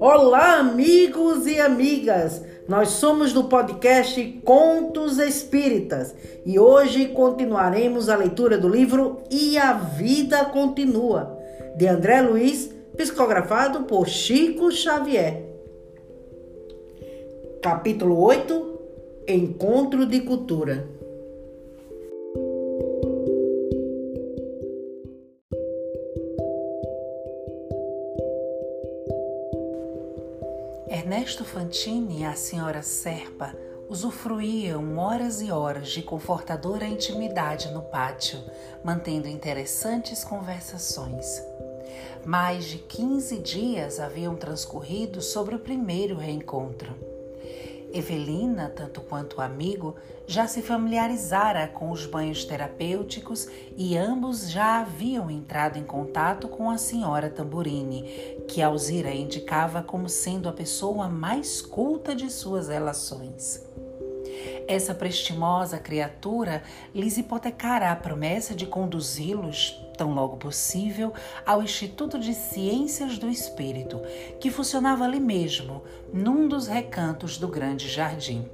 Olá, amigos e amigas! Nós somos do podcast Contos Espíritas e hoje continuaremos a leitura do livro E a Vida Continua, de André Luiz, psicografado por Chico Xavier. Capítulo 8: Encontro de Cultura. Ernesto Fantini e a senhora Serpa usufruíam horas e horas de confortadora intimidade no pátio, mantendo interessantes conversações. Mais de 15 dias haviam transcorrido sobre o primeiro reencontro. Evelina, tanto quanto o amigo, já se familiarizara com os banhos terapêuticos e ambos já haviam entrado em contato com a senhora Tamburini, que Alzira indicava como sendo a pessoa mais culta de suas relações. Essa prestimosa criatura lhes hipotecara a promessa de conduzi-los, tão logo possível, ao Instituto de Ciências do Espírito, que funcionava ali mesmo, num dos recantos do grande jardim.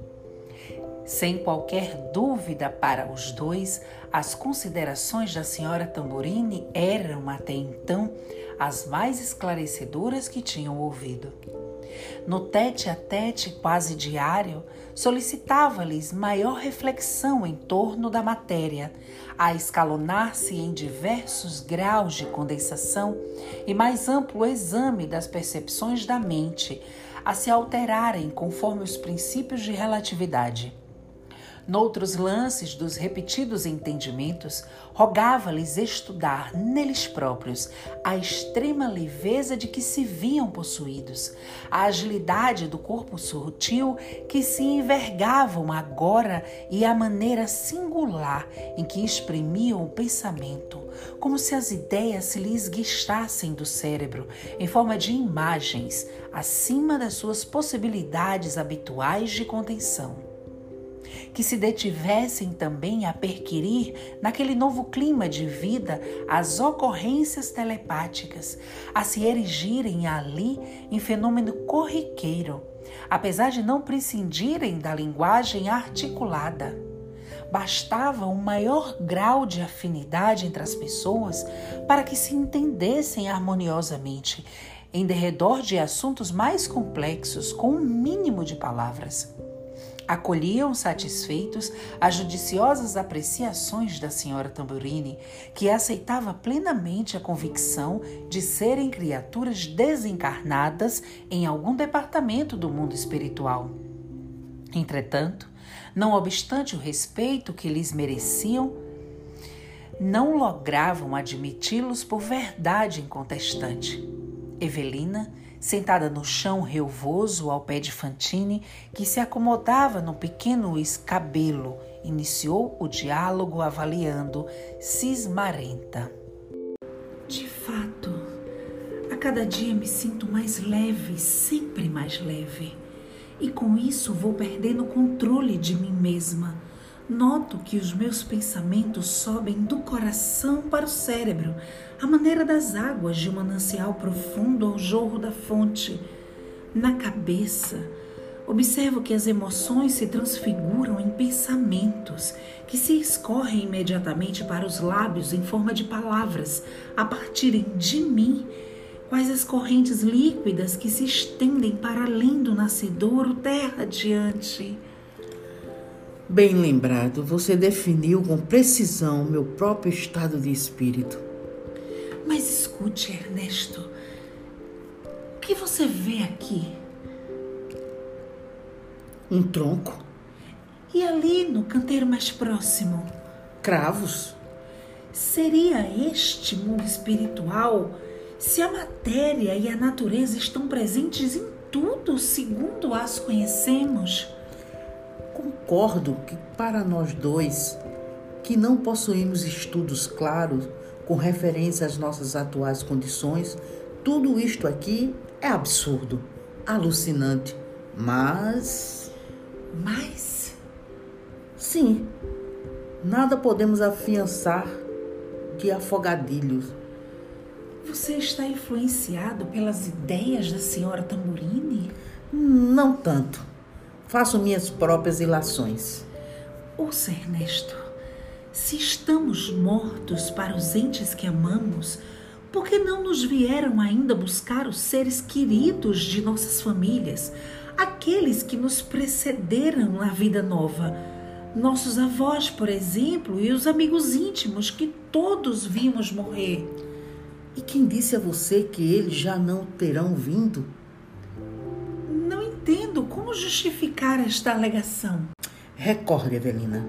Sem qualquer dúvida para os dois, as considerações da senhora Tamburini eram, até então, as mais esclarecedoras que tinham ouvido. No tete-a-tete quase diário, solicitava-lhes maior reflexão em torno da matéria, a escalonar-se em diversos graus de condensação e mais amplo exame das percepções da mente, a se alterarem conforme os princípios de relatividade. Noutros lances dos repetidos entendimentos, rogava-lhes estudar neles próprios a extrema leveza de que se viam possuídos, a agilidade do corpo sutil que se envergavam agora e a maneira singular em que exprimiam o pensamento, como se as ideias se lhes guichassem do cérebro em forma de imagens acima das suas possibilidades habituais de contenção. Que se detivessem também a perquirir, naquele novo clima de vida, as ocorrências telepáticas, a se erigirem ali em fenômeno corriqueiro, apesar de não prescindirem da linguagem articulada. Bastava um maior grau de afinidade entre as pessoas para que se entendessem harmoniosamente, em derredor de assuntos mais complexos, com um mínimo de palavras. Acolhiam satisfeitos as judiciosas apreciações da senhora Tamburini, que aceitava plenamente a convicção de serem criaturas desencarnadas em algum departamento do mundo espiritual. Entretanto, não obstante o respeito que lhes mereciam, não logravam admiti-los por verdade incontestante. Evelina, sentada no chão relvoso ao pé de Fantini, que se acomodava no pequeno escabelo, iniciou o diálogo avaliando cismarenta. De fato, a cada dia me sinto mais leve, sempre mais leve. E com isso vou perdendo o controle de mim mesma. Noto que os meus pensamentos sobem do coração para o cérebro, à maneira das águas de um manancial profundo ao jorro da fonte. Na cabeça, observo que as emoções se transfiguram em pensamentos, que se escorrem imediatamente para os lábios em forma de palavras, a partirem de mim, quais as correntes líquidas que se estendem para além do nascedouro terra adiante. Bem lembrado, você definiu com precisão meu próprio estado de espírito. Mas escute, Ernesto, o que você vê aqui? Um tronco. E ali, no canteiro mais próximo? Cravos. Seria este mundo espiritual se a matéria e a natureza estão presentes em tudo segundo as conhecemos? Concordo que para nós dois, que não possuímos estudos claros com referência às nossas atuais condições, tudo isto aqui é absurdo, alucinante, mas... Sim, nada podemos afiançar de afogadilhos. Você está influenciado pelas ideias da senhora Tamburini? Não tanto. Faço minhas próprias ilações. Ouça, Ernesto, se estamos mortos para os entes que amamos, por que não nos vieram ainda buscar os seres queridos de nossas famílias, aqueles que nos precederam na vida nova? Nossos avós, por exemplo, e os amigos íntimos que todos vimos morrer. E quem disse a você que eles já não terão vindo? Não entendo como justificar esta alegação. Recorde, Evelina,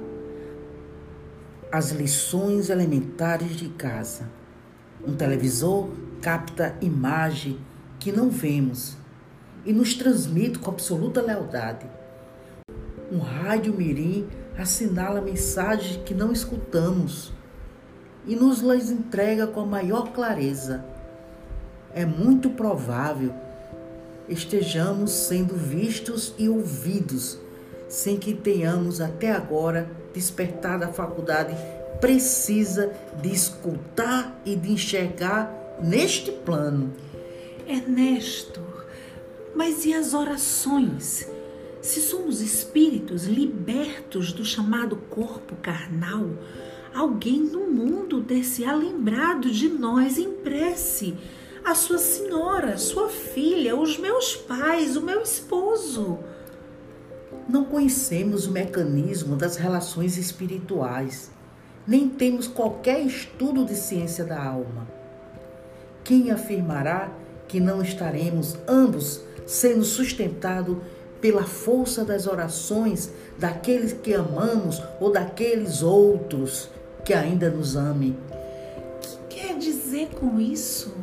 as lições elementares de casa. Um televisor capta imagem que não vemos e nos transmite com absoluta lealdade. Um rádio mirim assinala mensagens que não escutamos e nos las entrega com a maior clareza. É muito provável estejamos sendo vistos e ouvidos sem que tenhamos até agora despertado a faculdade precisa de escutar e de enxergar neste plano. Ernesto, mas e as orações? Se somos espíritos libertos do chamado corpo carnal, alguém no mundo ter-se-á lembrado de nós em prece. A sua senhora, sua filha, os meus pais, o meu esposo. Não conhecemos o mecanismo das relações espirituais, nem temos qualquer estudo de ciência da alma. Quem afirmará que não estaremos ambos sendo sustentados pela força das orações daqueles que amamos ou daqueles outros que ainda nos amem? O que quer dizer com isso?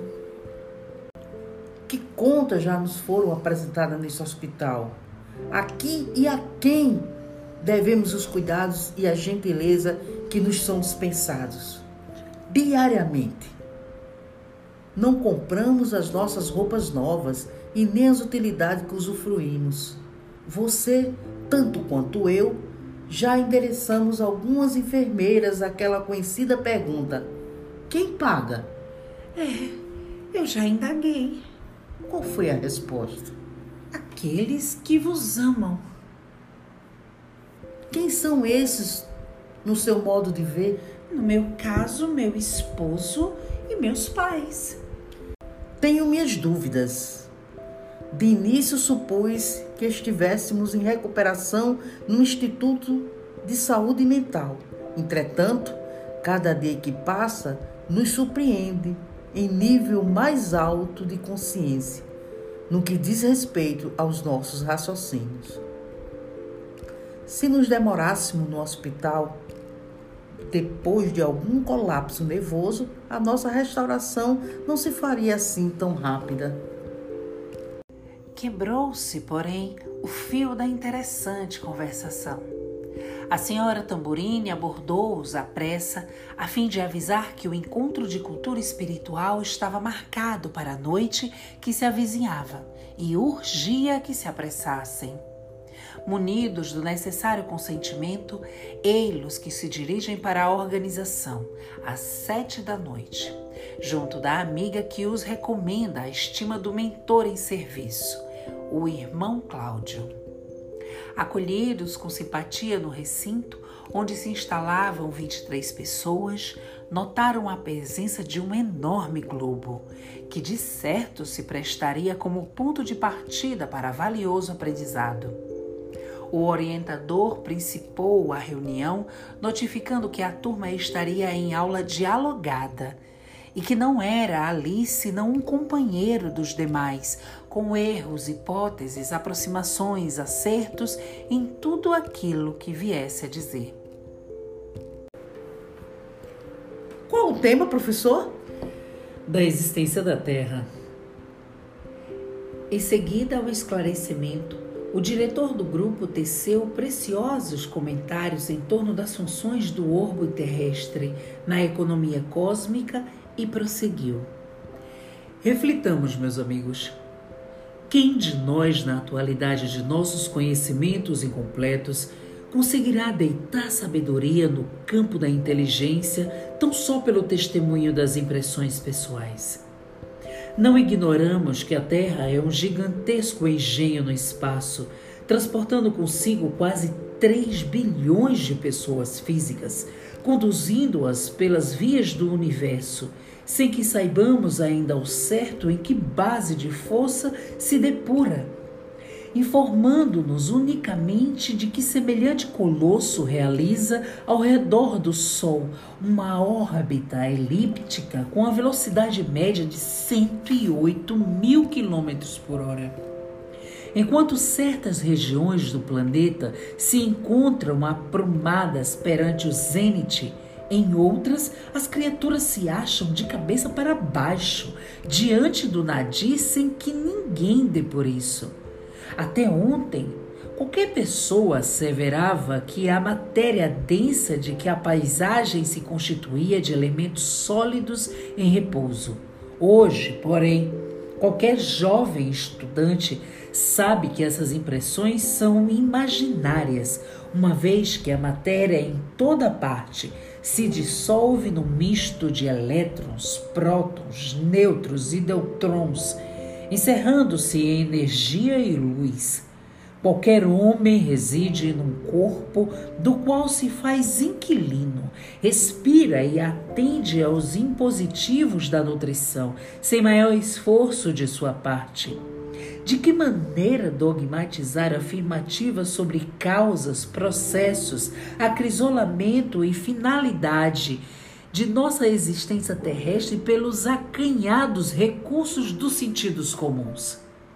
Que contas já nos foram apresentadas nesse hospital? Aqui e a quem devemos os cuidados e a gentileza que nos são dispensados diariamente? Não compramos as nossas roupas novas e nem as utilidades que usufruímos. Você, tanto quanto eu, já endereçamos algumas enfermeiras aquela conhecida pergunta: quem paga? Eu já indaguei. Qual foi a resposta? Aqueles que vos amam. Quem são esses no seu modo de ver? No meu caso, meu esposo e meus pais. Tenho minhas dúvidas. De início supus que estivéssemos em recuperação no Instituto de Saúde Mental. Entretanto, cada dia que passa nos surpreende em nível mais alto de consciência, no que diz respeito aos nossos raciocínios. Se nos demorássemos no hospital, depois de algum colapso nervoso, a nossa restauração não se faria assim tão rápida. Quebrou-se, porém, o fio da interessante conversação. A senhora Tamburini abordou-os à pressa, a fim de avisar que o encontro de cultura espiritual estava marcado para a noite que se avizinhava e urgia que se apressassem. Munidos do necessário consentimento, ei-los que se dirigem para a organização, às 7 da noite, junto da amiga que os recomenda a estima do mentor em serviço, o irmão Cláudio. Acolhidos com simpatia no recinto, onde se instalavam 23 pessoas, notaram a presença de um enorme globo, que de certo se prestaria como ponto de partida para valioso aprendizado. O orientador principou a reunião, notificando que a turma estaria em aula dialogada e que não era ali senão um companheiro dos demais, com erros, hipóteses, aproximações, acertos em tudo aquilo que viesse a dizer. Qual o tema, professor? Da existência da Terra. Em seguida ao esclarecimento, o diretor do grupo teceu preciosos comentários em torno das funções do orbe terrestre na economia cósmica e prosseguiu. Reflitamos, meus amigos. Quem de nós, na atualidade de nossos conhecimentos incompletos, conseguirá deitar sabedoria no campo da inteligência tão só pelo testemunho das impressões pessoais? Não ignoramos que a Terra é um gigantesco engenho no espaço, transportando consigo quase 3 bilhões de pessoas físicas, conduzindo-as pelas vias do universo, sem que saibamos ainda ao certo em que base de força se depura, informando-nos unicamente de que semelhante colosso realiza ao redor do Sol uma órbita elíptica com a velocidade média de 108.000 km/h. Enquanto certas regiões do planeta se encontram aprumadas perante o zênite, em outras as criaturas se acham de cabeça para baixo, diante do nadir, sem que ninguém dê por isso. Até ontem, qualquer pessoa asseverava que a matéria densa de que a paisagem se constituía de elementos sólidos em repouso. Hoje, porém, qualquer jovem estudante sabe que essas impressões são imaginárias, uma vez que a matéria em toda parte se dissolve num misto de elétrons, prótons, nêutrons e neutrons, encerrando-se em energia e luz. Qualquer homem reside num corpo do qual se faz inquilino, respira e atende aos impositivos da nutrição, sem maior esforço de sua parte. De que maneira dogmatizar afirmativas sobre causas, processos, acrisolamento e finalidade de nossa existência terrestre pelos acanhados recursos dos sentidos comuns?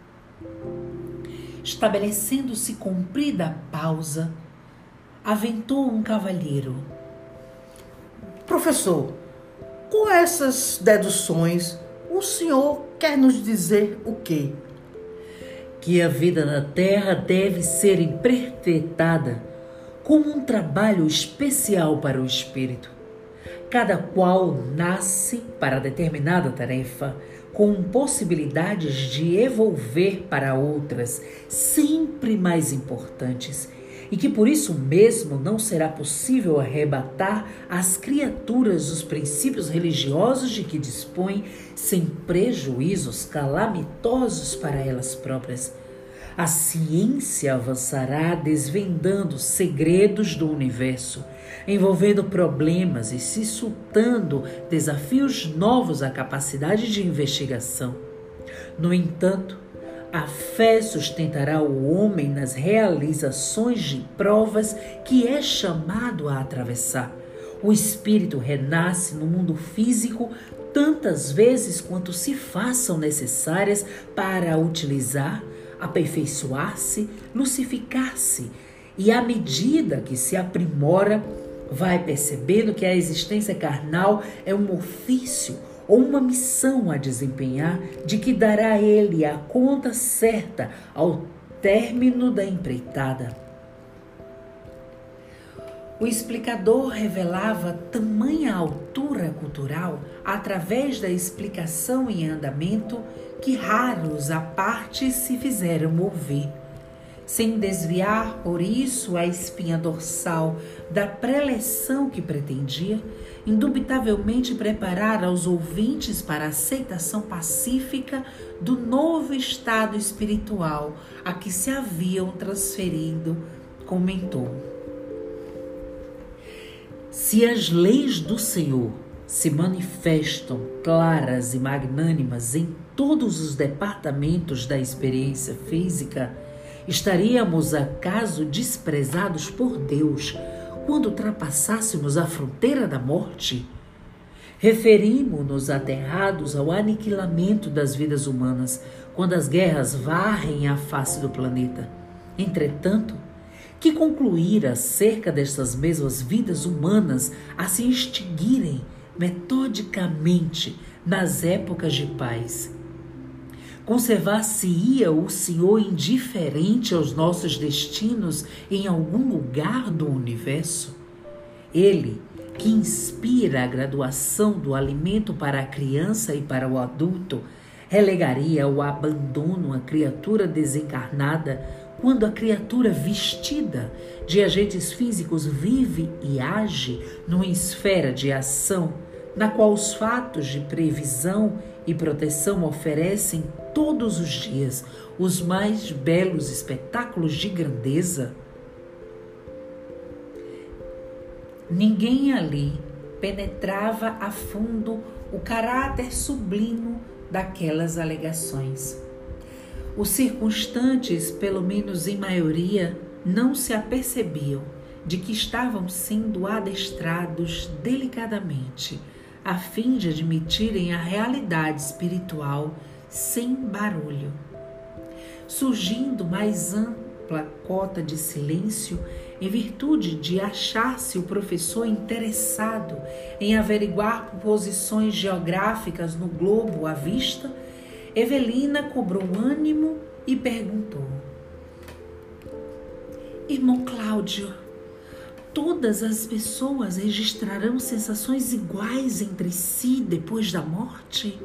Estabelecendo-se comprida pausa, aventou um cavalheiro. Professor, com essas deduções, o senhor quer nos dizer o quê? Que a vida na Terra deve ser interpretada como um trabalho especial para o espírito. Cada qual nasce para determinada tarefa, com possibilidades de evolver para outras, sempre mais importantes, e que por isso mesmo não será possível arrebatar às criaturas os princípios religiosos de que dispõem, sem prejuízos calamitosos para elas próprias. A ciência avançará desvendando segredos do universo, envolvendo problemas e suscitando desafios novos à capacidade de investigação. No entanto, a fé sustentará o homem nas realizações de provas que é chamado a atravessar. O espírito renasce no mundo físico tantas vezes quanto se façam necessárias para utilizar, aperfeiçoar-se, lucificar-se, e à medida que se aprimora, vai percebendo que a existência carnal é um ofício ou uma missão a desempenhar, de que dará a ele a conta certa ao término da empreitada. O explicador revelava tamanha altura cultural através da explicação em andamento que raros à parte se fizeram ouvir, sem desviar por isso a espinha dorsal da preleção que pretendia, indubitavelmente preparar aos ouvintes para a aceitação pacífica do novo estado espiritual a que se haviam transferido, comentou. Se as leis do Senhor se manifestam claras e magnânimas em todos os departamentos da experiência física, estaríamos acaso desprezados por Deus quando ultrapassássemos a fronteira da morte? Referimos-nos aterrados ao aniquilamento das vidas humanas, quando as guerras varrem a face do planeta. Entretanto, que concluir acerca destas mesmas vidas humanas a se extinguirem metodicamente nas épocas de paz? Conservar-se-ia o Senhor indiferente aos nossos destinos em algum lugar do universo? Ele, que inspira a graduação do alimento para a criança e para o adulto, relegaria ao abandono a criatura desencarnada quando a criatura vestida de agentes físicos vive e age numa esfera de ação na qual os fatos de previsão e proteção oferecem todos os dias os mais belos espetáculos de grandeza? Ninguém ali penetrava a fundo o caráter sublime daquelas alegações. Os circunstantes, pelo menos em maioria, não se apercebiam de que estavam sendo adestrados delicadamente, a fim de admitirem a realidade espiritual sem barulho. Surgindo mais ampla cota de silêncio, em virtude de achar-se o professor interessado em averiguar posições geográficas no globo à vista, Evelina cobrou ânimo e perguntou: Irmão Cláudio, todas as pessoas registrarão sensações iguais entre si depois da morte?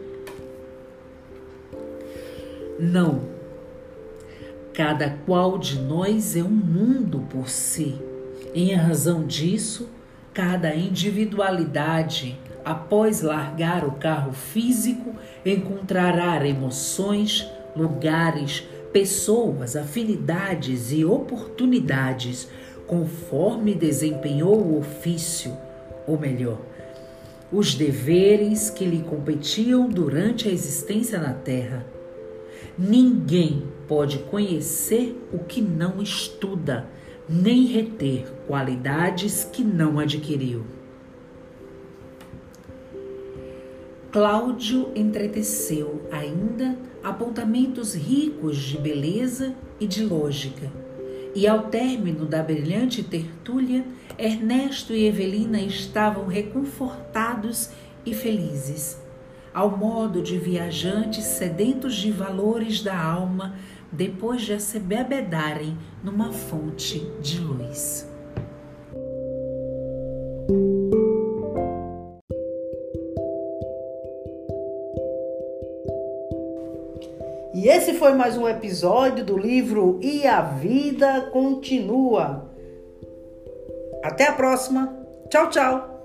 Não. Cada qual de nós é um mundo por si. Em razão disso, cada individualidade, após largar o carro físico, encontrará emoções, lugares, pessoas, afinidades e oportunidades, conforme desempenhou o ofício, ou melhor, os deveres que lhe competiam durante a existência na Terra. Ninguém pode conhecer o que não estuda, nem reter qualidades que não adquiriu. Cláudio entreteceu ainda apontamentos ricos de beleza e de lógica, e ao término da brilhante tertúlia, Ernesto e Evelina estavam reconfortados e felizes, ao modo de viajantes sedentos de valores da alma depois de se bebedarem numa fonte de luz. E esse foi mais um episódio do livro E a Vida Continua. Até a próxima. Tchau, tchau.